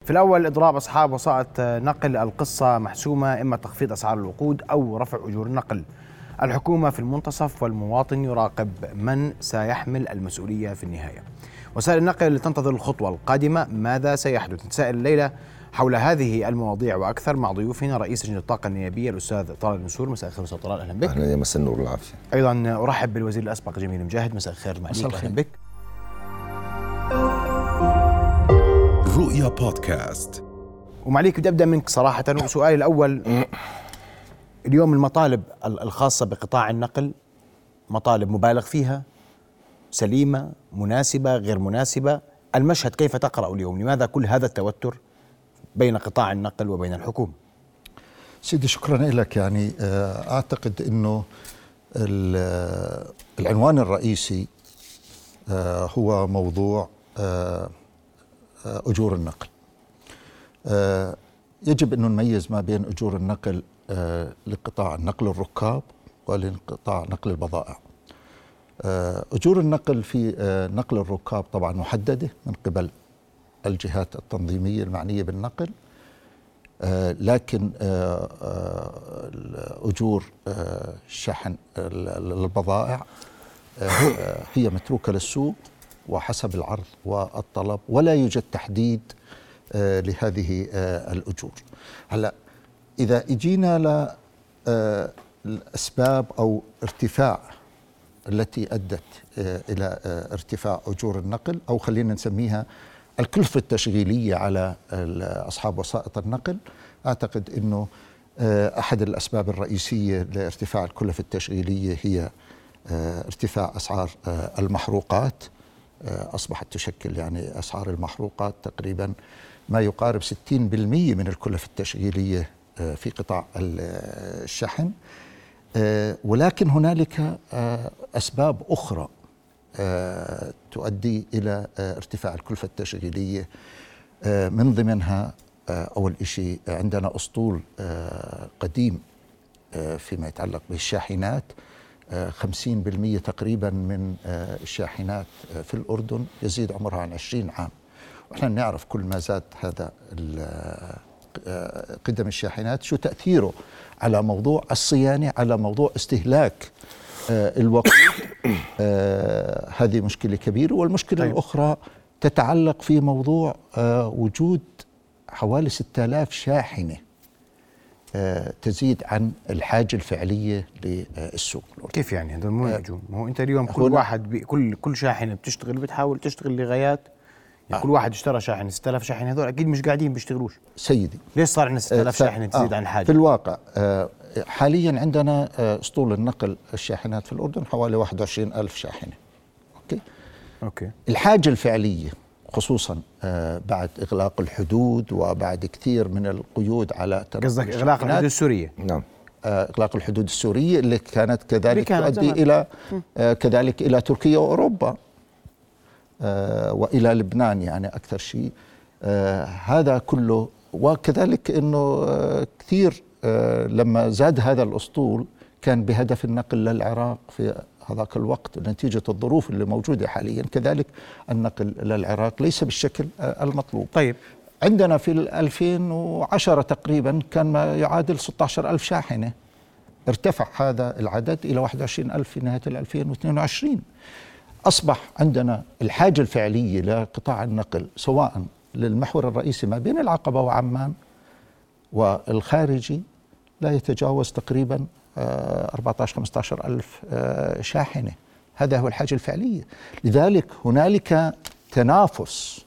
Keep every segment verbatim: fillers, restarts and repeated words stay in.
في الأول إضراب أصحاب وسائط نقل، القصة محسومة، إما تخفيض أسعار الوقود أو رفع أجور النقل. الحكومة في المنتصف والمواطن يراقب من سيحمل المسؤولية في النهاية. وسائل النقل تنتظر الخطوة القادمة، ماذا سيحدث؟ نتساءل الليلة حول هذه المواضيع وأكثر مع ضيوفنا رئيس لجنة الطاقة النيابية الأستاذ طلال النسور. مساء الخير أستاذ طلال، أهلا بك. أهلا يا مساء النور والعافية. أيضا أرحب بالوزير الأسبق جميل مجاهد. مساء الخير معاليك، أهلا بك. رؤيا بودكاست. ومعليك بدي أبدأ منك صراحة، وسؤالي الأول اليوم المطالب الخاصة بقطاع النقل مطالب مبالغ فيها، سليمة، مناسبة، غير مناسبة؟ المشهد كيف تقرأ اليوم؟ لماذا كل هذا التوتر بين قطاع النقل وبين الحكومة؟ سيدي شكرا لك. يعني أعتقد أنه العنوان الرئيسي هو موضوع أجور النقل. يجب أن نميز ما بين أجور النقل لقطاع نقل الركاب ولقطاع نقل البضائع. أجور النقل في نقل الركاب طبعا محددة من قبل الجهات التنظيمية المعنية بالنقل، لكن أجور شحن البضائع هي متروكة للسوق وحسب العرض والطلب، ولا يوجد تحديد لهذه الأجور. هلا إذا اجينا للأسباب أو ارتفاع التي أدت إلى ارتفاع أجور النقل، أو خلينا نسميها الكلفة التشغيلية على أصحاب وسائط النقل، أعتقد أنه أحد الأسباب الرئيسية لارتفاع الكلفة التشغيلية هي ارتفاع أسعار المحروقات. أصبحت تشكل يعني أسعار المحروقات تقريبا ما يقارب ستين بالمئة من الكلفة التشغيلية في قطاع الشحن. ولكن هنالك أسباب أخرى تؤدي إلى ارتفاع الكلفة التشغيلية، من ضمنها أول شيء عندنا أسطول قديم فيما يتعلق بالشاحنات. خمسين بالمئة تقريبا من الشاحنات في الأردن يزيد عمرها عن عشرين عام، وإحنا نعرف كل ما زاد هذا قدم الشاحنات شو تأثيره على موضوع الصيانة، على موضوع استهلاك الوقود. هذه مشكلة كبيرة. والمشكلة طيب. الأخرى تتعلق في موضوع وجود حوالي ستة آلاف شاحنة تزيد عن الحاجة الفعلية للسوق. كيف يعني هذا مو يجون؟ ما هو أنت اليوم كل واحد كل كل شاحنة بتشتغل بتحاول تشتغل لغايات يعني آه. كل واحد اشترى شاحنة ستة آلاف شاحنة، هذول أكيد مش قاعدين بيشتغلوش. سيدي ليش صار عندنا ستة آلاف شاحنة تزيد آه. عن الحاجة؟ في الواقع آه حاليا عندنا آه اسطول النقل الشاحنات في الأردن حوالي واحد وعشرين ألف شاحنة. أوكي أوكي الحاجة الفعلية خصوصا آه بعد إغلاق الحدود وبعد كثير من القيود على قصدك إغلاق الحدود السورية؟ نعم آه إغلاق الحدود السورية اللي كانت كذلك كانت تؤدي زمان. إلى آه كذلك إلى تركيا وأوروبا آه وإلى لبنان يعني أكثر شيء. آه هذا كله، وكذلك أنه آه كثير آه لما زاد هذا الأسطول كان بهدف النقل للعراق في هذاك الوقت نتيجة الظروف اللي موجودة حاليا. كذلك النقل للعراق ليس بالشكل المطلوب. طيب عندنا في ألفين وعشرة تقريبا كان ما يعادل ستة عشر ألف شاحنة، ارتفع هذا العدد إلى واحد وعشرين ألف في نهاية ألفين واثنين وعشرين. أصبح عندنا الحاجة الفعلية لقطاع النقل سواء للمحور الرئيسي ما بين العقبة وعمان والخارجي لا يتجاوز تقريبا أربعة عشر خمسة عشر ألف شاحنة. هذا هو الحاجة الفعلية. لذلك هنالك تنافس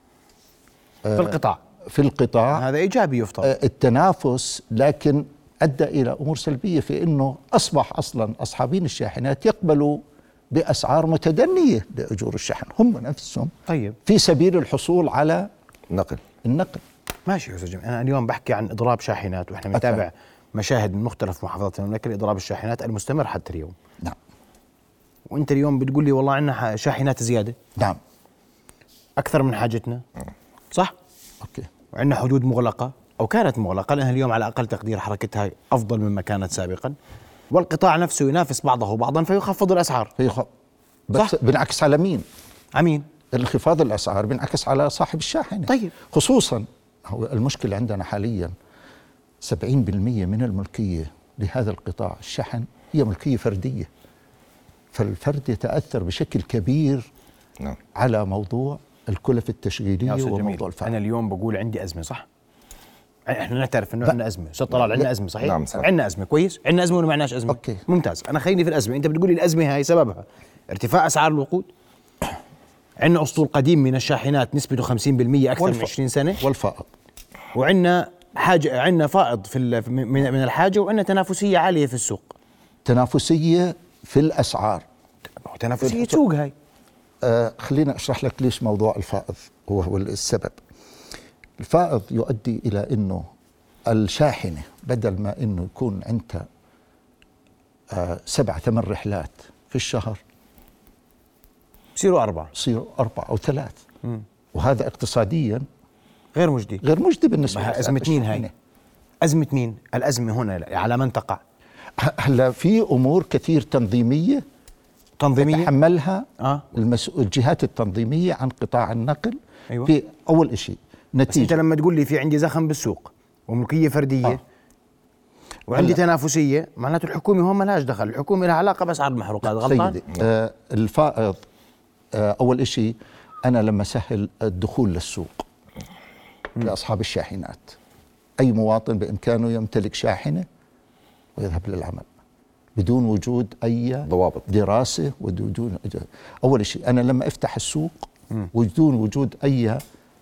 في القطاع في القطاع هذا إيجابي يفترض التنافس، لكن أدى إلى أمور سلبية في أنه أصبح أصلا أصحابين الشاحنات يقبلوا بأسعار متدنية لأجور الشحن هم نفسهم طيب في سبيل الحصول على نقل النقل. ماشي يا أستاذ جميل، أنا اليوم بحكي عن إضراب شاحنات وإحنا بنتابع مشاهد من مختلف محافظات المملكة لإضراب الشاحنات المستمر حتى اليوم. نعم. وأنت اليوم بتقول لي والله عندنا شاحنات زيادة. نعم. أكثر من حاجتنا. صح؟ أوكي. وعندنا حدود مغلقة أو كانت مغلقة، لأنها اليوم على أقل تقدير حركتها أفضل مما كانت سابقا، والقطاع نفسه ينافس بعضه بعضا فيخفض الأسعار. فيخ... بس بنعكس على مين؟ عمين؟ انخفاض الأسعار بنعكس على صاحب الشاحنة. طيب. خصوصا هو المشكلة عندنا حاليا سبعين بالمئة من الملكية لهذا القطاع الشحن هي ملكية فردية، فالفرد يتأثر بشكل كبير نعم. على موضوع الكلف التشغيلية وموضوع الفعل. أنا اليوم بقول عندي أزمة، صح؟ احنا نعترف انه عندنا ازمه، استاذ طلال عندنا ازمه صحيح؟ نعم صحيح. عندنا ازمه، كويس؟ عندنا ازمه ولا ما عندناش ازمه؟ اوكي ممتاز. انا خليني في الازمه، انت بتقول لي الازمه هاي سببها ارتفاع اسعار الوقود، عندنا اسطول قديم من الشاحنات نسبته خمسين بالمئة اكثر من عشرين سنه، والفائض، وعندنا حاجه، عندنا فائض في من من الحاجه، وعندنا تنافسيه عاليه في السوق. تنافسيه في الاسعار، تنافسيه سوق هاي. آه خلينا اشرح لك ليش موضوع الفائض هو هو السبب. الفائض يؤدي الى انه الشاحنه بدل ما انه يكون عندها آه سبع ثمان رحلات في الشهر بصيروا اربعه، بصيروا اربعه او ثلاث، مم. وهذا اقتصاديا غير مجدي، غير مجدي بالنسبه لها. ازمه مين هاي؟ ازمه مين؟ الازمه هنا على من تقع؟ هلا في امور كثير تنظيميه تنظيميه تتحملها آه. المسؤول الجهات التنظيميه عن قطاع النقل. أيوة. في اول شيء نتيجه، بس انت لما تقول لي في عندي زخم بالسوق وملكيه فرديه آه. وعندي تنافسيه، معناته الحكومه هون ما لهاش دخل، الحكومه لها علاقه باسعار المحروقات. غلطان؟ آه الفائض آه اول شيء انا لما سهل الدخول للسوق م. لاصحاب الشاحنات، اي مواطن بامكانه يمتلك شاحنه ويذهب للعمل بدون وجود اي ضوابط دراسه ودون. اول شيء انا لما افتح السوق بدون وجود اي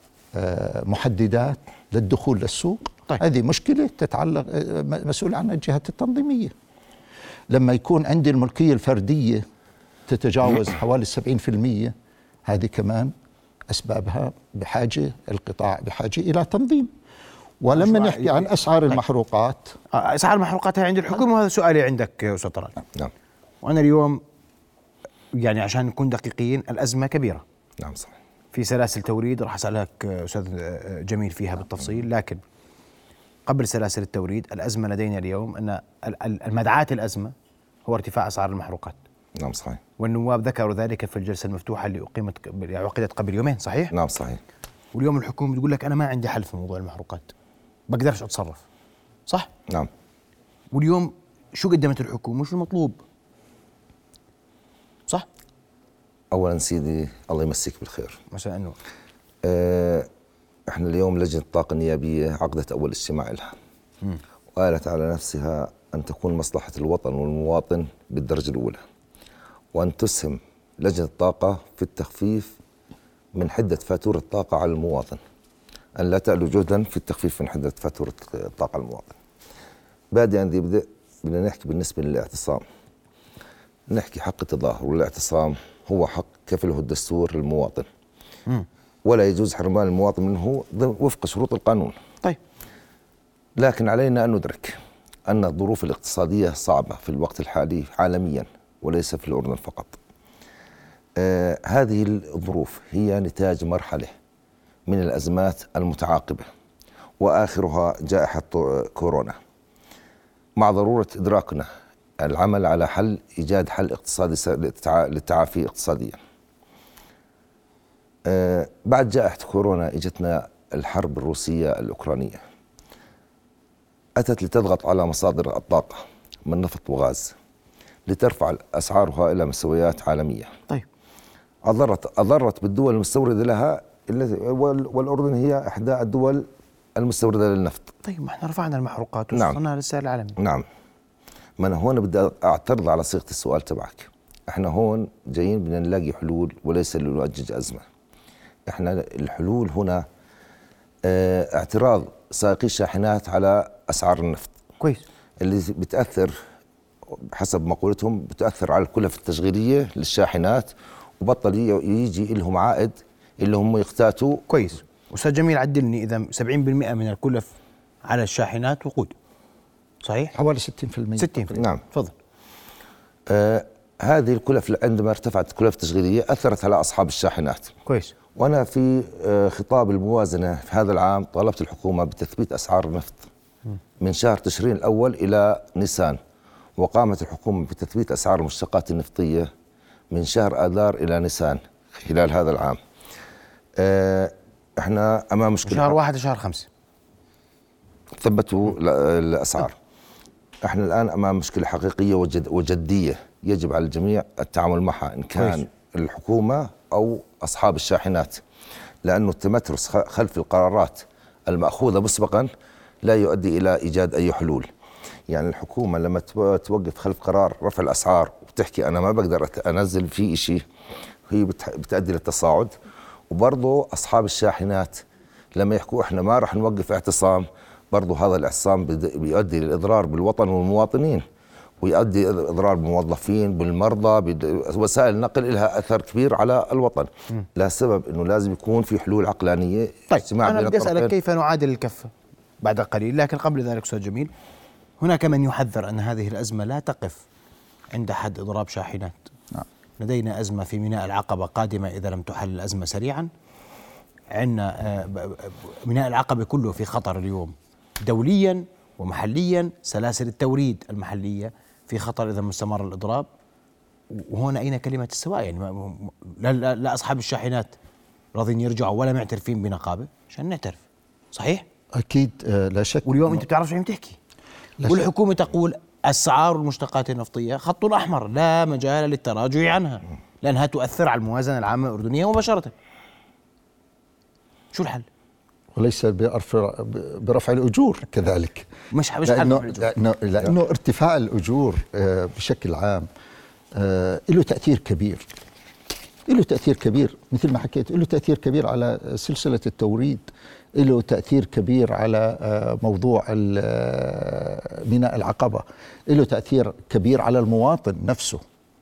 محددات للدخول للسوق، طيب. هذه مشكله تتعلق مسؤول عنها الجهات التنظيميه. لما يكون عندي الملكيه الفرديه تتجاوز حوالي سبعين بالمئة، هذه كمان اسبابها بحاجه القطاع بحاجه الى تنظيم. ولما نحكي عن اسعار المحروقات، اسعار المحروقات هي عند الحكومه، وهذا سؤالي عندك استاذ طلال. نعم. وانا اليوم يعني عشان نكون دقيقين، الازمه كبيره. نعم صحيح. في سلاسل توريد راح اسالك استاذ جميل فيها بالتفصيل، لكن قبل سلاسل التوريد الازمه لدينا اليوم ان المدعاة الازمه هو ارتفاع اسعار المحروقات. نعم صحيح. والنواب ذكروا ذلك في الجلسه المفتوحه اللي اقيمت عقدت قبل يومين، صحيح؟ نعم صحيح. واليوم الحكومه بتقول لك انا ما عندي حل في موضوع المحروقات، بقدرش اتصرف، صح؟ نعم. واليوم شو قدمت الحكومه وشو المطلوب؟ صح؟ اولا سيدي الله يمسيك بالخير. مساء النور. اه احنا اليوم لجنه الطاقه النيابيه عقدت اول اجتماع لها، وقالت على نفسها ان تكون مصلحه الوطن والمواطن بالدرجه الاولى، وان تسهم لجنه الطاقه في التخفيف من حده فاتوره الطاقه على المواطن، أن لا تألو جهدا في التخفيف من حدة فاتورة الطاقة المواطن. بادئ عندي بدء بدنا نحكي بالنسبة للاعتصام، نحكي حق التظاهر، والاعتصام هو حق كفله الدستور للمواطن، م. ولا يجوز حرمان المواطن منه وفق شروط القانون. طيب. لكن علينا أن ندرك أن الظروف الاقتصادية صعبة في الوقت الحالي عالميا وليس في الأردن فقط. آه هذه الظروف هي نتاج مرحلة من الأزمات المتعاقبة، وآخرها جائحة كورونا، مع ضرورة إدراكنا العمل على حل إيجاد حل اقتصادي للتعافي اقتصاديا. أه بعد جائحة كورونا اجتنا الحرب الروسية الأوكرانية، أتت لتضغط على مصادر الطاقة من نفط وغاز لترفع أسعارها إلى مستويات عالمية. طيب. أضرت أضرت بالدول المستوردة لها، والأردن هي إحدى الدول المستوردة للنفط. طيب ما احنا رفعنا المحروقات وصلنا نعم. للسعر العالمي. نعم. ما أنا هون بدي أعترض على صيغة السؤال تبعك. احنا هون جايين بدنا نلاقي حلول وليس لنؤجج أزمة. احنا الحلول هنا اه اعتراض سائقي الشاحنات على أسعار النفط. كويس. اللي بتأثر حسب مقولتهم بتأثر على الكلف التشغيلية للشاحنات، وبطل يجي لهم عائد اللي هم يقتاتوا. كويس. أستاذ جميل عدلني، إذا سبعين بالمئة من الكلف على الشاحنات وقود، صحيح؟ حوالي ستين بالمئة. ستين بالمئة. نعم. تفضل. آه هذه الكلف عندما ارتفعت الكلف التشغيلية أثرت على أصحاب الشاحنات. كويس. وأنا في آه خطاب الموازنة في هذا العام طالبت الحكومة بتثبيت أسعار النفط من شهر تشرين الأول إلى نيسان، وقامت الحكومة بتثبيت أسعار المشتقات النفطية من شهر آذار إلى نيسان خلال هذا العام. آه احنا امام مشكله شهر واحد لشهر خمسة. ثبتوا الأسعار. احنا الآن أمام مشكلة حقيقية وجد وجدية يجب على الجميع التعامل معها، إن كان الحكومة أو أصحاب الشاحنات، لأنه التمترس خلف القرارات المأخوذة مسبقا لا يؤدي إلى إيجاد أي حلول. يعني الحكومة لما توقف خلف قرار رفع الأسعار وتحكي أنا ما بقدر أنزل فيه شيء، هي بتؤدي للتصاعد. وبرضه أصحاب الشاحنات لما يحكوا إحنا ما رح نوقف اعتصام، برضه هذا الاعتصام بيؤدي للإضرار بالوطن والمواطنين، ويؤدي إضرار بالموظفين، بالمرضى، بوسائل النقل لها أثر كبير على الوطن. لا سبب إنه لازم يكون في حلول عقلانية. طيب أنا بدي أسألك كيف نعادل الكفة بعد قليل، لكن قبل ذلك أستاذ جميل، هناك من يحذر أن هذه الأزمة لا تقف عند حد إضراب شاحنات. نعم. لدينا أزمة في ميناء العقبة قادمة إذا لم تحل الأزمة سريعا. عندنا ميناء العقبة كله في خطر اليوم دوليا ومحليا، سلاسل التوريد المحلية في خطر إذا مستمر الإضراب. وهنا أين كلمة السواء؟ يعني لا, لا, لا أصحاب الشاحنات راضين يرجعوا ولا معترفين بنقابة عشان نعترف، صحيح؟ أكيد لا شك. واليوم أنت بتعرف شو عم تحكي، والحكومة تقول أسعار المشتقات النفطية خط أحمر لا مجال للتراجع عنها لأنها تؤثر على الموازنة العامة الأردنية مباشرة. شو الحل؟ وليس برفع, برفع الأجور كذلك، مش مش لأنه, لأنه, لأنه ارتفاع الأجور بشكل عام له تأثير كبير، له تأثير كبير مثل ما حكيت، له تأثير كبير على سلسلة التوريد، له تأثير كبير على موضوع ميناء العقبة، له تأثير كبير على المواطن نفسه.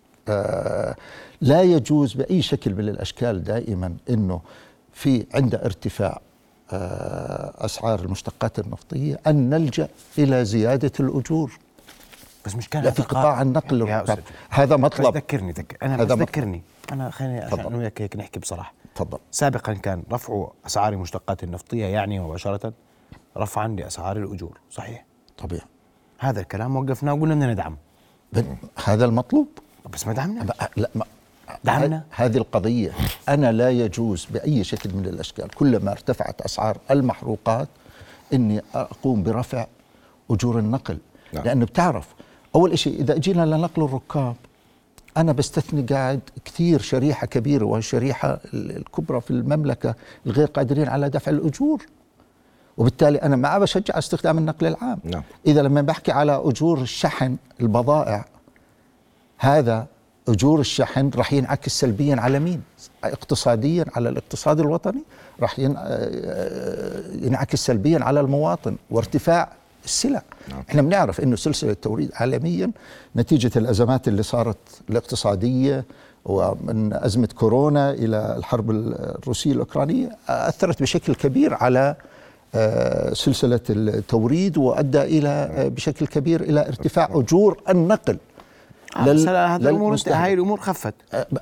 لا يجوز بأي شكل من الأشكال دائما أنه في عند ارتفاع أسعار المشتقات النفطية أن نلجأ إلى زيادة الأجور. بس مش كان في قطاع النقل هذا مطلب. ذكرني ذكر أنا بس ذكرني أنا خليني عشان وياك هيك نحكي بصراحة. تفضل. سابقا كان رفع أسعار المشتقات النفطية يعني مباشرة رفعا لأسعار الأجور، صحيح؟ طبيعي. هذا الكلام وقفناه وقلنا بدنا ندعم. هذا المطلوب. بس ما دعمنا. لا ما دعمنا. هذه القضية أنا لا يجوز بأي شكل من الأشكال كلما ارتفعت أسعار المحروقات إني أقوم برفع أجور النقل. نعم. لأنه بتعرف أول شيء إذا أجينا لنقل الركاب أنا بستثني قاعد كثير شريحة كبيرة والشريحة الكبرى في المملكة الغير قادرين على دفع الأجور، وبالتالي أنا ما بشجع استخدام النقل العام. نعم. إذا لما بحكي على أجور الشحن البضائع، هذا أجور الشحن رح ينعكس سلبيا على مين؟ اقتصاديا على الاقتصاد الوطني، رح ينعكس سلبيا على المواطن وارتفاع السلع. نعم. احنا بنعرف انه سلسله التوريد عالميا نتيجه الازمات اللي صارت الاقتصاديه ومن ازمه كورونا الى الحرب الروسيه الاوكرانيه اثرت بشكل كبير على سلسله التوريد وادى الى بشكل كبير الى ارتفاع اجور النقل. لل... هذه الامور هاي الامور خفت.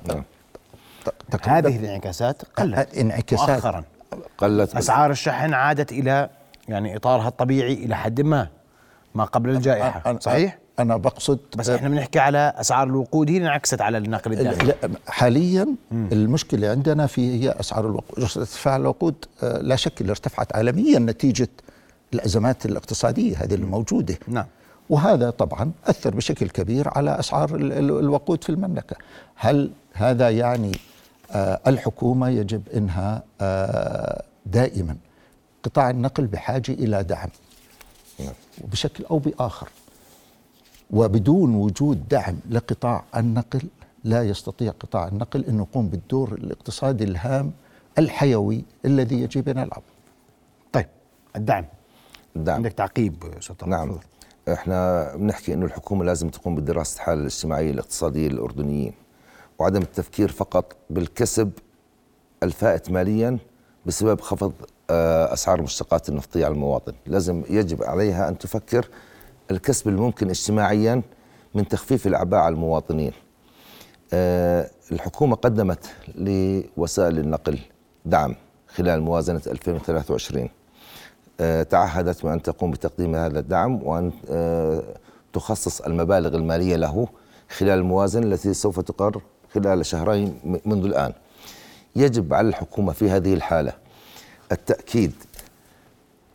هذه الانعكاسات قلت انعكاسات مؤخرا، قلت اسعار الشحن عادت الى يعني اطارها الطبيعي الى حد ما ما قبل الجائحه. أنا صحيح. انا بقصد بس احنا بنحكي على اسعار الوقود، هي انعكست على النقل الداخلي. حاليا مم. المشكله عندنا في هي اسعار الوقود. ارتفاع الوقود لا شك اللي ارتفعت عالميا نتيجه الازمات الاقتصاديه هذه الموجوده. نعم. وهذا طبعا اثر بشكل كبير على اسعار الوقود في المملكه. هل هذا يعني آه الحكومه يجب انها آه دائما قطاع النقل بحاجه الى دعم بشكل او باخر، وبدون وجود دعم لقطاع النقل لا يستطيع قطاع النقل أن يقوم بالدور الاقتصادي الهام الحيوي الذي يجب أن يلعبه. طيب الدعم. الدعم عندك تعقيب ستر؟ نعم. فضل. احنا بنحكي انه الحكومه لازم تقوم بدراسه الحاله الاجتماعيه الاقتصاديه للاردنيين، وعدم التفكير فقط بالكسب الفائت ماليا بسبب خفض اسعار المشتقات النفطيه على المواطن. لازم يجب عليها ان تفكر الكسب الممكن اجتماعيا من تخفيف الاعباء على المواطنين. الحكومه قدمت لوسائل النقل دعم خلال موازنه ألفين وثلاثة وعشرين، تعهدت بأن تقوم بتقديم هذا الدعم وأن تخصص المبالغ المالية له خلال الموازنة التي سوف تقر خلال شهرين منذ الآن. يجب على الحكومة في هذه الحالة التأكيد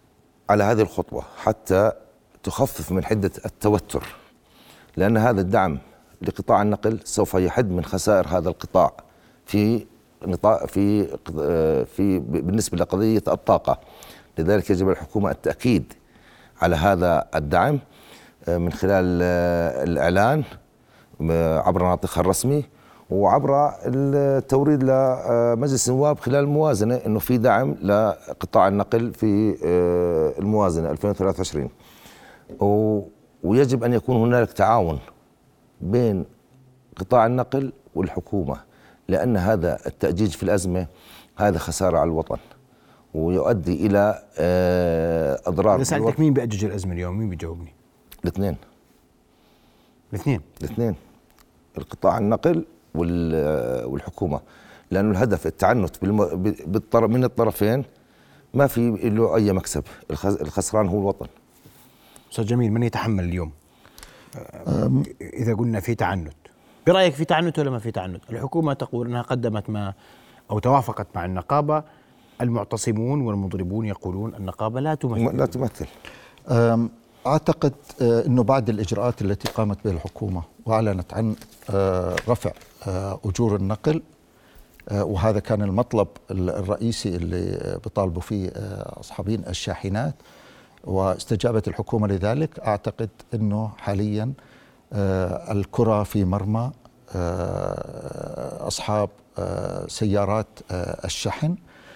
على هذه الخطوة حتى تخفف من حدة التوتر، لأن هذا الدعم لقطاع النقل سوف يحد من خسائر هذا القطاع في نطاق في في بالنسبة لقضية الطاقة. لذلك يجب الحكومة التأكيد على هذا الدعم من خلال الإعلان عبر ناطقها الرسمي وعبر التوريد لمجلس النواب خلال الموازنة إنه في دعم لقطاع النقل في الموازنة ألفين وثلاثة وعشرين، ويجب أن يكون هنالك تعاون بين قطاع النقل والحكومة، لأن هذا التأجيج في الأزمة هذا خسارة على الوطن ويؤدي إلى أضرار. إذا سألتك مين بيأجج الأزمة اليوم مين بيجاوبني؟ الاثنين الاثنين الاثنين القطاع النقل والحكومة، لأنه الهدف التعنت من الطرفين ما في له أي مكسب، الخسران هو الوطن. أستاذ جميل، من يتحمل اليوم إذا قلنا في تعنت؟ برأيك في تعنت ولا ما في تعنت؟ الحكومة تقول أنها قدمت ما أو توافقت مع النقابة، المعتصمون والمضربون يقولون النقابة لا تمثل لا تمثل. أعتقد أنه بعد الإجراءات التي قامت بها الحكومة وأعلنت عن رفع أجور النقل، وهذا كان المطلب الرئيسي اللي بيطالبوا فيه أصحابين الشاحنات، واستجابت الحكومة لذلك، أعتقد أنه حاليا الكرة في مرمى أصحاب سيارات الشحن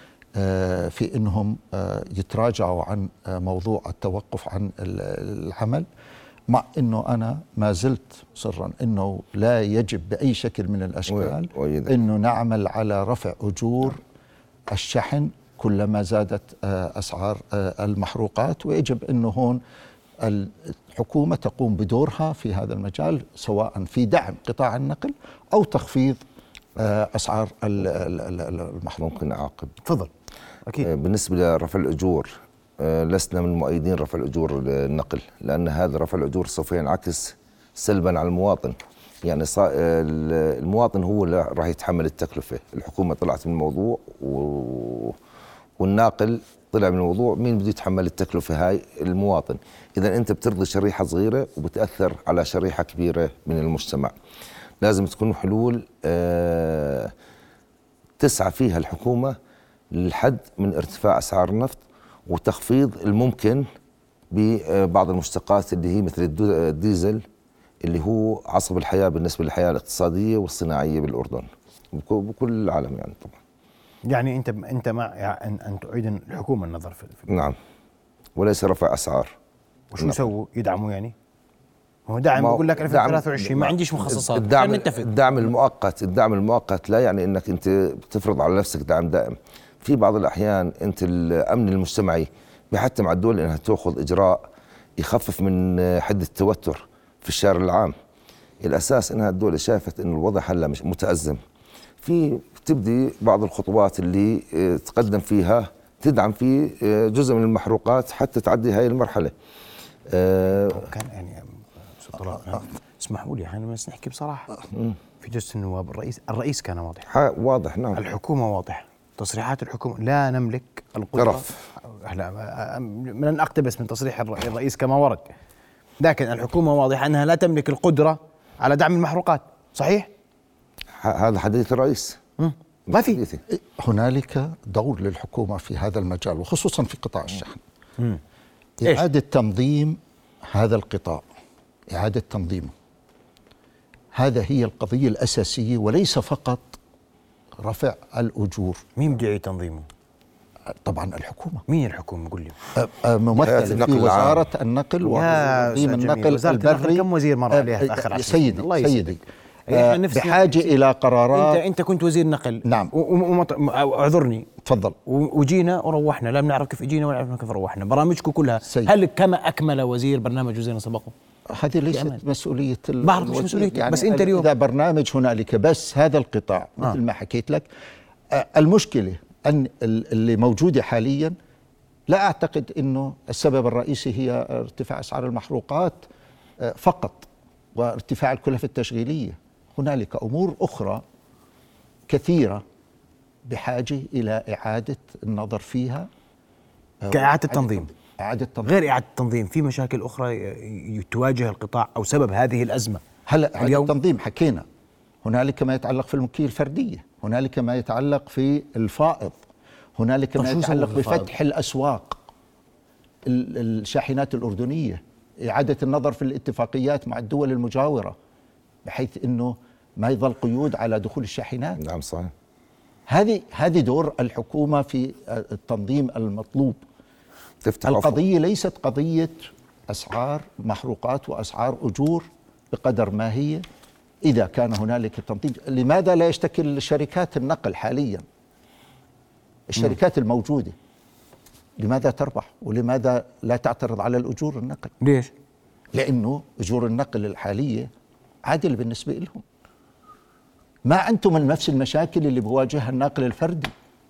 في أنهم يتراجعوا عن موضوع التوقف عن العمل، مع أنه أنا ما زلت مصرا أنه لا يجب بأي شكل من الأشكال أنه نعمل على رفع أجور الشحن كلما زادت أسعار المحروقات، ويجب أنه هون الحكومة تقوم بدورها في هذا المجال، سواء في دعم قطاع النقل أو تخفيض أسعار المحروقات. ممكن أعاقب؟ تفضل. أكيد. بالنسبة لرفع الأجور، لسنا من مؤيدين رفع الأجور النقل، لأن هذا رفع الأجور سوف ينعكس سلبا على المواطن. يعني المواطن هو اللي راح يتحمل التكلفة. الحكومة طلعت من الموضوع و... والناقل طلع من الموضوع، مين بده يتحمل التكلفة هاي؟ المواطن. إذا أنت بترضي شريحة صغيرة وبتأثر على شريحة كبيرة من المجتمع. لازم تكون حلول آه تسعى فيها الحكومة للحد من ارتفاع أسعار النفط وتخفيض الممكن ببعض المشتقات اللي هي مثل الديزل اللي هو عصب الحياة بالنسبة للحياة الاقتصادية والصناعية بالأردن وبكل العالم. يعني طبعا يعني أنت أنت مع أن أن تعيد الحكومة النظر في, في نعم، وليس رفع أسعار. وشو يسووا؟ يدعموا يعني؟ هو دعم بقول لك ألفين وثلاثة وعشرين ما عنديش مخصصات. الدعم, الدعم المؤقت الدعم المؤقت لا يعني انك انت بتفرض على نفسك دعم دائم. في بعض الاحيان انت الامن المجتمعي بيحتم على الدول انها تاخذ اجراء يخفف من حده التوتر في الشارع العام. الاساس انها الدول شافت انه الوضع هلا مش متازم، في تبدي بعض الخطوات اللي تقدم فيها تدعم في جزء من المحروقات حتى تعدي هاي المرحله. أه كان يعني اسمحوا لي احنا بس نحكي بصراحه. في جلسه النواب الرئيس الرئيس كان واضح واضح نعم. الحكومه واضح، تصريحات الحكومه لا نملك القدره قرف. لا من اقتبس من تصريح الرئيس كما ورد، لكن الحكومه واضحه انها لا تملك القدره على دعم المحروقات. صحيح؟ هذا حديث الرئيس. ما في هنالك دور للحكومه في هذا المجال وخصوصا في قطاع الشحن. مم. اعاده تنظيم هذا القطاع، إعادة تنظيمه، هذا هي القضية الأساسية، وليس فقط رفع الأجور. مين بده يعيد تنظيمه؟ طبعا الحكومة. مين الحكومة؟ قل لي. ممثل في وزارة النقل وتنظيم النقل البري. كم وزير مر عليها آخر عشر سيدي الله سيدي آه بحاجة إلى قرارات. أنت أنت كنت وزير نقل. نعم. اعذرني. تفضل. وجينا وروحنا، لا بنعرف كيف اجينا ولا نعرف كيف روحنا. برامجكم كلها سيد. هل كما أكمل وزير برنامج وزير سبقه؟ هذه ليست مسؤولية بعرف مش مسؤوليتك يعني، بس أنت اليوم إذا برنامج هنالك بس هذا القطاع مثل آه. ما حكيت لك. آه المشكلة أن اللي موجودة حاليا لا أعتقد أنه السبب الرئيسي هي ارتفاع أسعار المحروقات آه فقط وارتفاع الكلفة التشغيلية. هنالك أمور أخرى كثيرة بحاجة إلى إعادة النظر فيها كإعادة تنظيم. إعادة تنظيم. غير إعادة التنظيم في مشاكل أخرى تواجه القطاع أو سبب هذه الأزمة. هلا إعادة التنظيم حكينا، هنالك ما يتعلق في الملكية الفردية، هنالك ما يتعلق في الفائض، هنالك ما يتعلق بفتح الأسواق، الشاحنات الأردنية، إعادة النظر في الاتفاقيات مع الدول المجاورة بحيث أنه ما يظل قيود على دخول الشاحنات. نعم صحيح. هذه هذه دور الحكومة في التنظيم المطلوب. القضية ليست قضية أسعار محروقات وأسعار أجور بقدر ما هي إذا كان هنالك تنظيم. لماذا لا يشتكل شركات النقل حاليا؟ الشركات الموجودة لماذا تربح ولماذا لا تعترض على الأجور النقل؟ ليش؟ لأنه أجور النقل الحالية عادل بالنسبة لهم. ما عندهم نفس المشاكل اللي بواجهها الناقل الفردي.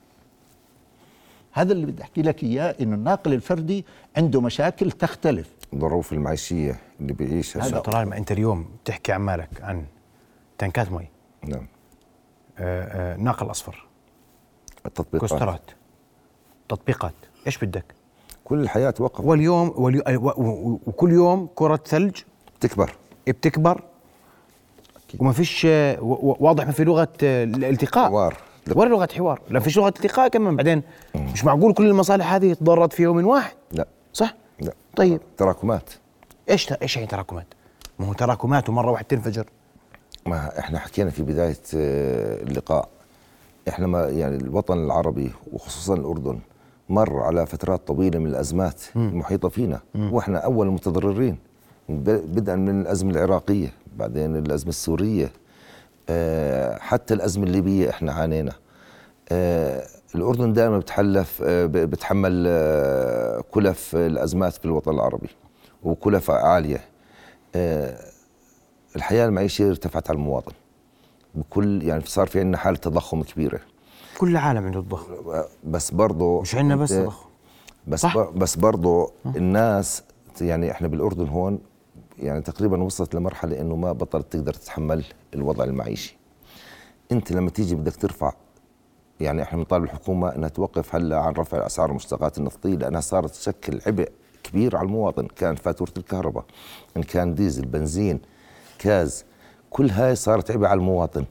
هذا اللي بدي أحكي لك إياه، إنه الناقل الفردي عنده مشاكل تختلف. الظروف المعيشية اللي بيعيشها. هذا طالما أنت اليوم تحكي عن مالك عن تنكات مي، نعم، آه آه ناقل أصفر، التطبيقات، كوسترات، تطبيقات، إيش بدك؟ كل الحياة توقف. واليوم واليو وكل يوم كرة ثلج بتكبر بتكبر وما فيش واضح ما في لغة الالتقاء، حوار ولا لغة حوار، لا فيش لغة التقاء كمان. بعدين مم. مش معقول كل المصالح هذه تضرت في يوم واحد. لا صح؟ لا. طيب تراكمات. ايش ايش يعني تراكمات؟ ما هو تراكمات ومرة واحدة تنفجر. ما احنا حكينا في بداية اللقاء، احنا ما يعني الوطن العربي وخصوصا الأردن مر على فترات طويلة من الأزمات مم. المحيطة فينا، مم. واحنا أول المتضررين، بدءا من الأزمة العراقية، بعدين الأزمة السورية، أه حتى الأزمة الليبية احنا عانينا. أه الأردن دائما بتحلف أه بتحمل أه كلف الأزمات في الوطن العربي وكلف عالية. أه الحياة المعيشية ارتفعت على المواطن بكل، يعني صار في عندنا حالة تضخم كبيرة. كل العالم عنده تضخم، بس برضه مش عندنا بس تضخم. بس بر بس برضه الناس، يعني احنا بالأردن هون يعني تقريبا وصلت لمرحلة انه ما بطلت تقدر تتحمل الوضع المعيشي. انت لما تيجي بدك ترفع، يعني احنا بنطالب الحكومة انها توقف هلا عن رفع اسعار المشتقات النفطية لانها صارت تشكل عبء كبير على المواطن، كان فاتورة الكهرباء، ان كان ديزل، بنزين، كاز، كل هاي صارت عبء على المواطن.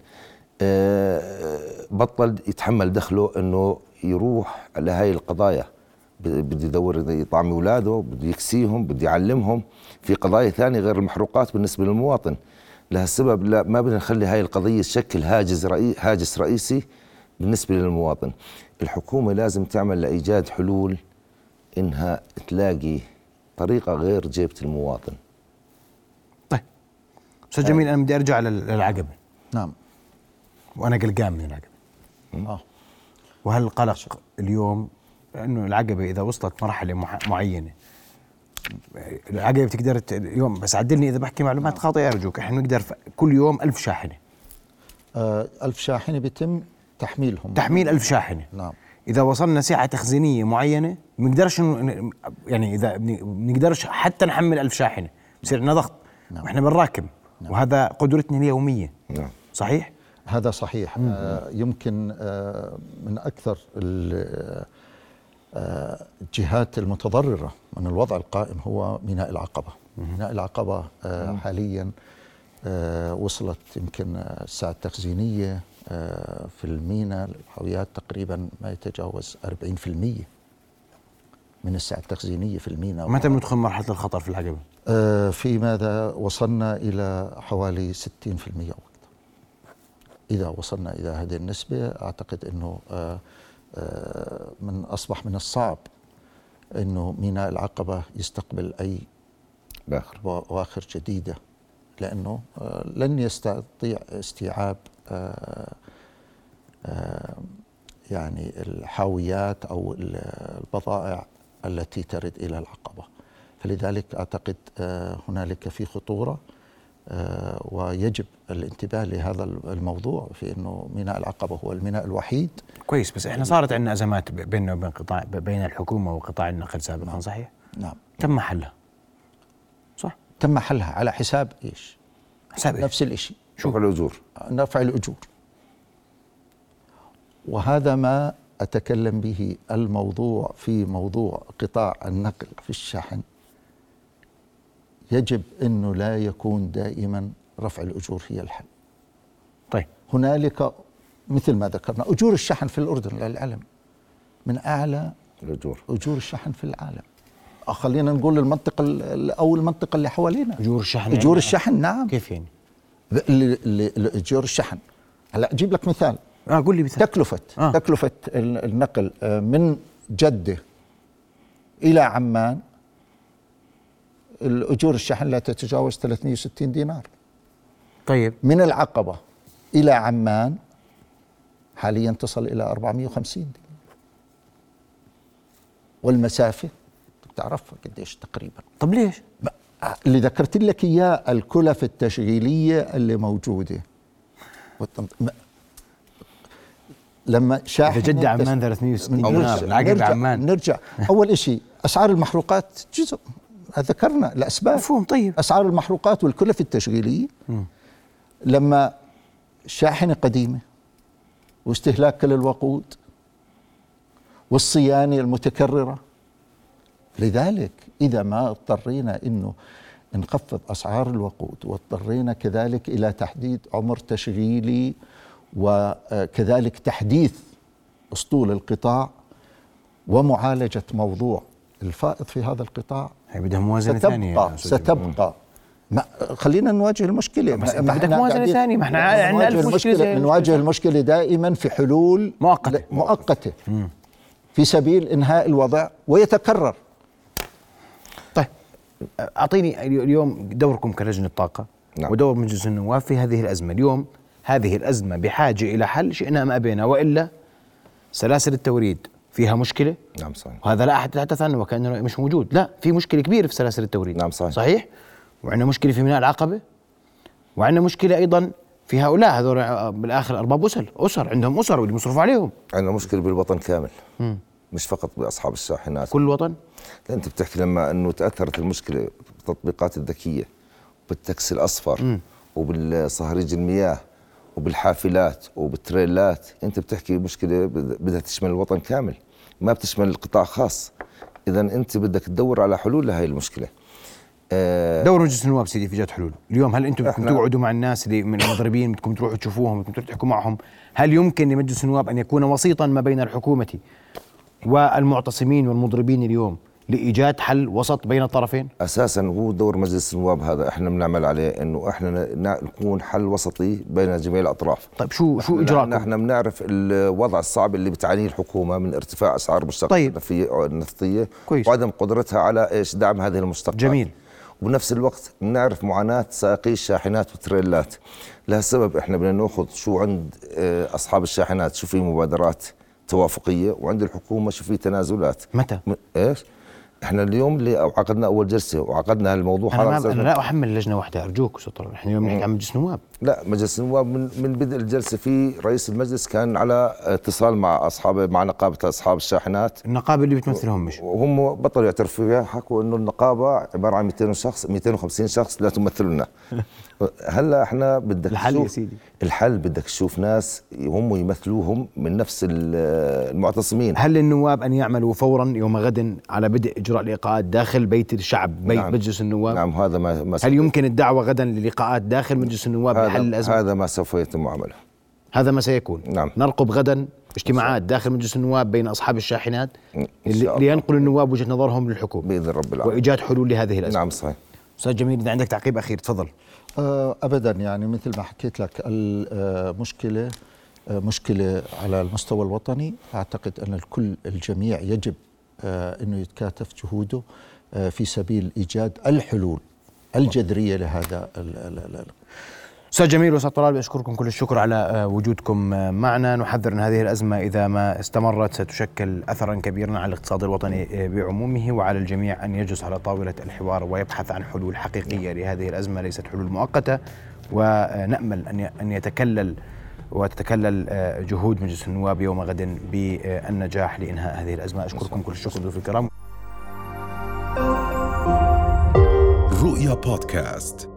أه بطل يتحمل دخله انه يروح لهاي القضايا، بده يدور يطعم اولاده، بده يكسيهم، بده يعلمهم في قضايا ثانيه غير المحروقات بالنسبه للمواطن. لهالسبب لا ما بدنا نخلي هاي القضيه تشكل هاجس رئيسي هاجس رئيسي بالنسبه للمواطن. الحكومه لازم تعمل لايجاد حلول انها تلاقي طريقه غير جيبه المواطن. طيب استاذ جميل، انا بدي ارجع للعقبه. نعم. وانا قلقان من العقبه. اه وهل القلق اليوم انه العقبه اذا وصلت مرحله معينه، العقبه بتقدر اليوم، بس عدلني اذا بحكي معلومات خاطئه ارجوك، احنا بنقدر كل يوم ألف شاحنه. آه ألف شاحنه بيتم تحميلهم، تحميل ألف شاحنه. نعم. اذا وصلنا سعه تخزينيه معينه ما بنقدرش، يعني اذا بنقدرش حتى نحمل ألف شاحنه، بصير لنا ضغط. نعم. واحنا بنراكم. نعم. وهذا قدرتنا اليوميه. نعم. صحيح؟ هذا صحيح. آه يمكن آه من أكثر الجهات المتضررة من الوضع القائم هو ميناء العقبة. ميناء العقبة آه حاليا آه وصلت يمكن الساعة التخزينية آه في الميناء الحاويات تقريبا ما يتجاوز أربعين بالمئة من الساعة التخزينية في الميناء. متى ندخل مرحلة الخطر في العقبة؟ آه في ماذا وصلنا إلى حوالي ستين بالمئة وقت. إذا وصلنا إلى هذه النسبة أعتقد أنه آه آه من أصبح من الصعب أنه ميناء العقبة يستقبل أي بواخر جديدة، لأنه آه لن يستطيع استيعاب آه آه يعني الحاويات أو البضائع التي ترد إلى العقبة. فلذلك أعتقد آه هنالك في خطورة آه ويجب الانتباه لهذا الموضوع، في انه ميناء العقبه هو الميناء الوحيد. كويس، بس احنا صارت عندنا ازمات بيننا وبين قطاع بين الحكومه وقطاع النقل سابقا. نعم. صحيح؟ نعم. تم حلها. صح؟ تم حلها على حساب ايش؟ حساب إيش؟ نفس الشيء. رفع الأجور. رفع الأجور. وهذا ما أتكلم به الموضوع في موضوع قطاع النقل في الشحن، يجب أنه لا يكون دائما رفع الأجور هي الحل. طيب هنالك مثل ما ذكرنا أجور الشحن في الأردن للعلم من أعلى الأجور أجور الشحن في العالم. خلينا نقول المنطقة أو المنطقة اللي حوالينا أجور الشحن أجور يعني الشحن نعم. كيف يعني؟ أجور الشحن هلا أجيب لك مثال. اه قول لي مثال. تكلفة آه. تكلفة النقل من جدة إلى عمان الأجور الشحن لا تتجاوز ثلاثمئة وستين دينار. طيب من العقبة إلى عمان حاليا تصل إلى أربعمئة وخمسين دينار، والمسافة بتعرفها قديش تقريبا. طب ليش؟ اللي ذكرت لك إياه الكلف التشغيلية اللي موجودة. لما شاحن جدة عمان ثلاثمئة وستين دينار العقبة نرجع عمان. نرجع أول شيء أسعار المحروقات جزء ذكرنا الأسباب. مفهوم. طيب أسعار المحروقات والكلف التشغيلية م. لما شاحنة قديمة واستهلاك كل الوقود والصيانة المتكررة، لذلك إذا ما اضطرينا إنه نخفض أسعار الوقود واضطرينا كذلك إلى تحديد عمر تشغيلي وكذلك تحديث أسطول القطاع ومعالجة موضوع الفائض في هذا القطاع، هي بدها موازنة ستبقى ثانية. ستبقى ما خلينا نواجه المشكلة. بس انت بدك موازنة ثانية. ما احنا عندنا ألف مشكلة. نواجه المشكلة دائما في حلول مؤقتة مؤقتة في سبيل إنهاء الوضع ويتكرر. طيب أعطيني اليوم دوركم كلجنة طاقة نعم. ودور مجلس النواب في هذه الأزمة. اليوم هذه الأزمة بحاجة إلى حل شئنا أم أبينا، وإلا سلاسل التوريد فيها مشكلة. نعم صحيح. وهذا لا أحد يتحدث عنه وكأنه مش موجود. لا، في مشكلة كبيرة في سلاسل التوريد. نعم صحيح. صحيح. وعندنا مشكلة في ميناء العقبة، وعندنا مشكلة أيضا في هؤلاء هذول بالآخر أرباب أسر أسر عندهم أسر واللي مصرف عليهم. عندنا مشكلة بالوطن كامل م. مش فقط بأصحاب الشاحنات، كل وطن. أنت بتحكي لما أنه تأثرت المشكلة بالتطبيقات الذكية بالتاكسي الأصفر م. وبالصهريج المياه وبالحافلات وبالتريلات، أنت بتحكي مشكلة بدها تشمل الوطن كامل، ما بتشمل القطاع خاص. إذا أنت بدك تدور على حلول لهي المشكلة. أه دور مجلس النواب سيدي في إيجاد حلول. اليوم هل أنتم بدكم تقعدوا مع الناس اللي من المضربين، بدكم تروحوا تشوفوهم، بدكم تروحوا تحكوا معهم؟ هل يمكن لمجلس النواب أن يكون وسيطا ما بين الحكومة والمعتصمين والمضربين اليوم لإيجاد حل وسط بين الطرفين؟ أساسا هو دور مجلس النواب هذا احنا بنعمل عليه انه احنا نكون حل وسطي بين جميع الاطراف. طيب شو شو اجراءكم؟ نحن بنعرف الوضع الصعب اللي بتعانيه الحكومه من ارتفاع اسعار المشتقات طيب. النفطيه كويس. وعدم قدرتها على ايش دعم هذه المشتقات. جميل. وبنفس الوقت بنعرف معاناه سائقي الشاحنات والتريلات. لهالسبب احنا بدنا ناخذ شو عند اصحاب الشاحنات، شو في مبادرات توافقيه، وعند الحكومه شو في تنازلات. متى؟ ايش؟ احنا اليوم اللي عقدنا اول جلسه وعقدنا الموضوع. انا, ما أنا لا احمل لجنه واحده ارجوك سطر. احنا اليوم نحكي عن مجلس النواب. لا مجلس النواب من من بدء الجلسه في رئيس المجلس كان على اتصال مع اصحاب مع نقابه اصحاب الشاحنات. النقابه اللي بتمثلهم مش وهم بطلوا يعترفوا فيها، حكوا انه النقابه عباره عن مئتين شخص مئتين وخمسين شخص لا تمثلنا. هلا احنا بدك الحل يا سيدي، الحل بدك تشوف ناس هم يمثلوهم من نفس المعتصمين. هل للنواب ان يعملوا فورا يوم غد على بدء اجراء لقاءات داخل بيت الشعب، بيت نعم. مجلس النواب؟ نعم هذا ما, ما هل يمكن الدعوه غدا للقاءات داخل مجلس النواب لحل الازمه؟ هذا ما سوف يتم عمله. هذا ما سيكون. نعم. نرقب غدا اجتماعات داخل مجلس النواب بين اصحاب الشاحنات لينقل النواب وجهه نظرهم للحكومه باذن رب العالمين وايجاد حلول لهذه الازمه. نعم صحيح. استاذ جميل اذا عندك تعقيب اخير تفضل. أبدا، يعني مثل ما حكيت لك المشكلة مشكلة على المستوى الوطني. أعتقد أن الكل الجميع يجب أنه يتكاتف جهوده في سبيل إيجاد الحلول الجذرية لهذا. أستاذ جميل وأستاذ طلال بأشكركم كل الشكر على وجودكم معنا. نحذر أن هذه الأزمة إذا ما استمرت ستشكل أثرا كبيرا على الاقتصاد الوطني بعمومه، وعلى الجميع أن يجلس على طاولة الحوار ويبحث عن حلول حقيقية لهذه الأزمة، ليست حلول مؤقتة. ونأمل أن أن يتكلل وتتكلل جهود مجلس النواب يوم غد بالنجاح لإنهاء هذه الأزمة. أشكركم كل الشكر ضيوف الكرام. رؤيا بودكاست.